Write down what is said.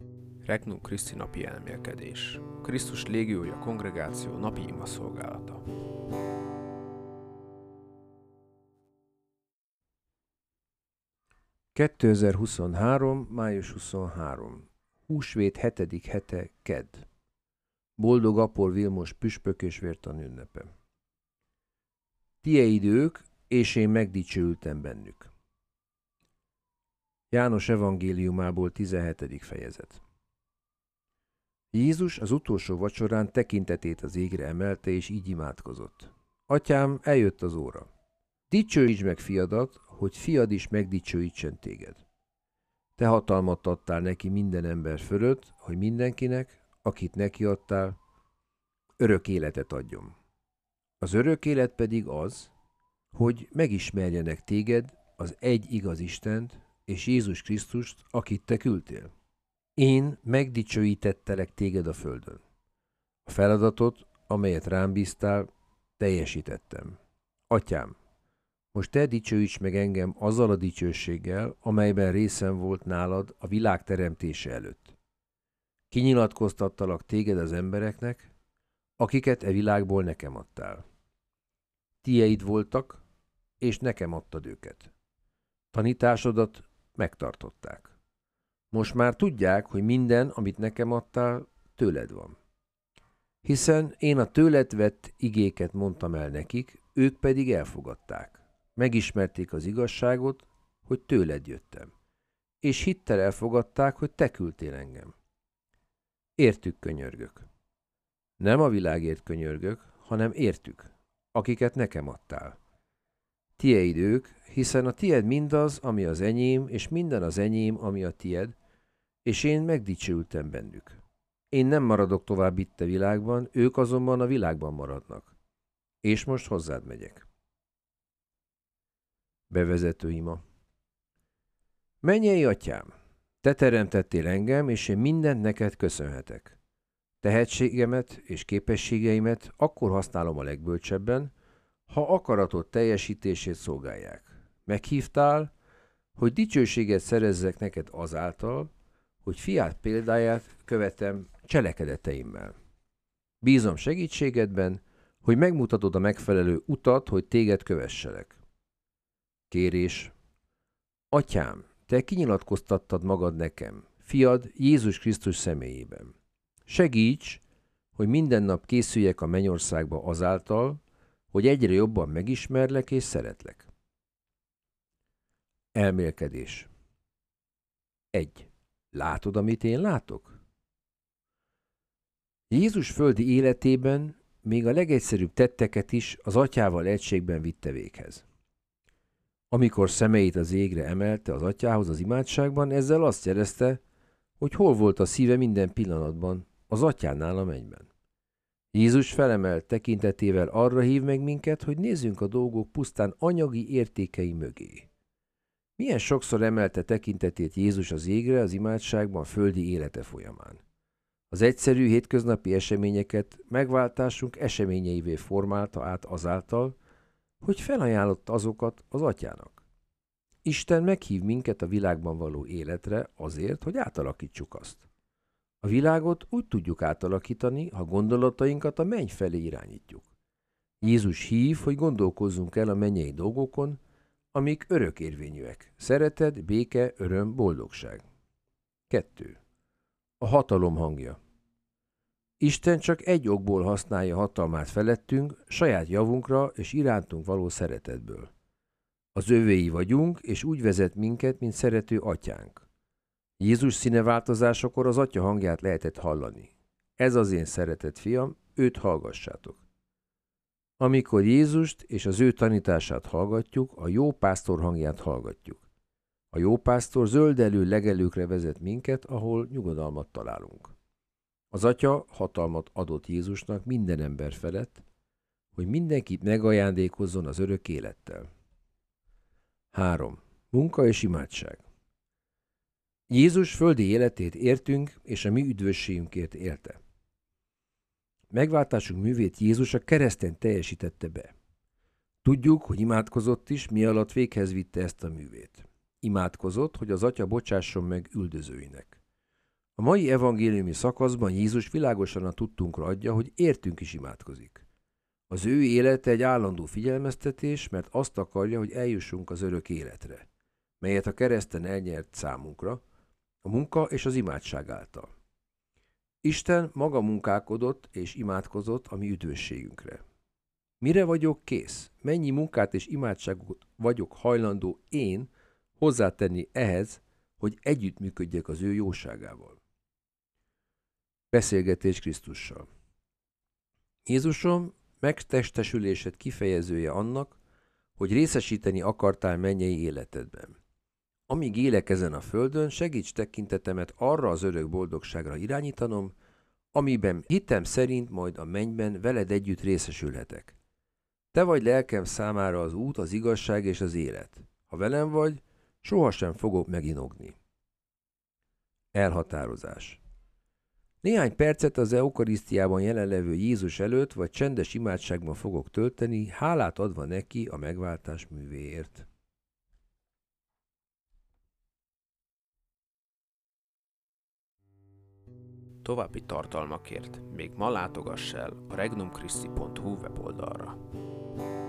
Regnum Christi napi elmélkedés. Krisztus légiója kongregáció napi ima szolgálata. ...2023. május 23. Húsvét 7. hete, kedd. Boldog Apol Vilmos püspök és vértan ünnepe. Tie idők, és én megdicsőültem bennük. János evangéliumából 17. fejezet. Jézus az utolsó vacsorán tekintetét az égre emelte, és így imádkozott. Atyám, eljött az óra. Dicsőítsd meg fiadat, hogy fiad is megdicsőítsen téged. Te hatalmat adtál neki minden ember fölött, hogy mindenkinek, akit neki adtál, örök életet adjon. Az örök élet pedig az, hogy megismerjenek téged, az egy igaz Istent, és Jézus Krisztust, akit te küldtél. Én megdicsőítettelek téged a földön. A feladatot, amelyet rám bíztál, teljesítettem. Atyám, most te dicsőíts meg engem azzal a dicsőséggel, amelyben részem volt nálad a világ teremtése előtt. Kinyilatkoztattalak téged az embereknek, akiket e világból nekem adtál. Tieid voltak, és nekem adtad őket. Tanításodat megtartották. Most már tudják, hogy minden, amit nekem adtál, tőled van. Hiszen én a tőled vett igéket mondtam el nekik, ők pedig elfogadták. Megismerték az igazságot, hogy tőled jöttem. És hittel elfogadták, hogy te küldtél engem. Értük könyörgök. Nem a világért könyörgök, hanem értük, akiket nekem adtál. Tieid ők, hiszen a tied mindaz, ami az enyém, és minden az enyém, ami a tied, és én megdicsőültem bennük. Én nem maradok tovább itt a világban, ők azonban a világban maradnak. És most hozzád megyek. Bevezető ima. Mennyei atyám, te teremtettél engem, és én mindent neked köszönhetek. Tehetségemet és képességeimet akkor használom a legbölcsebben, ha akaratod teljesítését szolgálják. Meghívtál, hogy dicsőséget szerezzek neked azáltal, hogy fiát példáját követem cselekedeteimmel. Bízom segítségedben, hogy megmutatod a megfelelő utat, hogy téged kövesselek. Kérés. Atyám, te kinyilatkoztattad magad nekem, fiad Jézus Krisztus személyében. Segíts, hogy minden nap készüljek a mennyországba azáltal, hogy egyre jobban megismerlek és szeretlek. Elmélkedés. 1. Látod, amit én látok? Jézus földi életében még a legegyszerűbb tetteket is az atyával egységben vitte véghez. Amikor szemeit az égre emelte az atyához az imádságban, ezzel azt jelezte, hogy hol volt a szíve minden pillanatban, az atyánál a mennyben. Jézus felemelt tekintetével arra hív meg minket, hogy nézzünk a dolgok pusztán anyagi értékei mögé. Milyen sokszor emelte tekintetét Jézus az égre az imádságban földi élete folyamán. Az egyszerű hétköznapi eseményeket megváltásunk eseményeivé formálta át azáltal, hogy felajánlotta azokat az atyának. Isten meghív minket a világban való életre azért, hogy átalakítsuk azt. A világot úgy tudjuk átalakítani, ha gondolatainkat a menny felé irányítjuk. Jézus hív, hogy gondolkozzunk el a mennyei dolgokon, amik örökérvényűek. Szeretet, béke, öröm, boldogság. 2. A hatalom hangja. Isten csak egy okból használja hatalmát felettünk, saját javunkra és irántunk való szeretetből. Az övéi vagyunk, és úgy vezet minket, mint szerető atyánk. Jézus színeváltozásakor az atya hangját lehetett hallani. Ez az én szeretett fiam, őt hallgassátok. Amikor Jézust és az ő tanítását hallgatjuk, a jó pásztor hangját hallgatjuk. A jó pásztor zöldelő legelőkre vezet minket, ahol nyugodalmat találunk. Az atya hatalmat adott Jézusnak minden ember felett, hogy mindenkit megajándékozzon az örök élettel. 3. Munka és imádság. Jézus földi életét értünk, és a mi üdvösségünkért élte. Megváltásunk művét Jézus a kereszten teljesítette be. Tudjuk, hogy imádkozott is, mi alatt véghez vitte ezt a művét. Imádkozott, hogy az atya bocsásson meg üldözőinek. A mai evangéliumi szakaszban Jézus világosan a tudtunkra adja, hogy értünk is imádkozik. Az ő élete egy állandó figyelmeztetés, mert azt akarja, hogy eljussunk az örök életre, melyet a kereszten elnyert számunkra, a munka és az imádság által. Isten maga munkálkodott és imádkozott a mi üdvösségünkre. Mire vagyok kész? Mennyi munkát és imádságot vagyok hajlandó én hozzátenni ehhez, hogy együttműködjek az ő jóságával? Beszélgetés Krisztussal. Jézusom, megtestesülésed kifejezője annak, hogy részesíteni akartál mennyei életedben. Amíg élek ezen a földön, segíts tekintetemet arra az örök boldogságra irányítanom, amiben hitem szerint majd a mennyben veled együtt részesülhetek. Te vagy lelkem számára az út, az igazság és az élet. Ha velem vagy, sohasem fogok meginogni. Elhatározás. Néhány percet az eukarisztiában jelenlevő Jézus előtt vagy csendes imádságban fogok tölteni, hálát adva neki a megváltás művéért. További tartalmakért még ma látogass el a regnumchristi.hu weboldalra.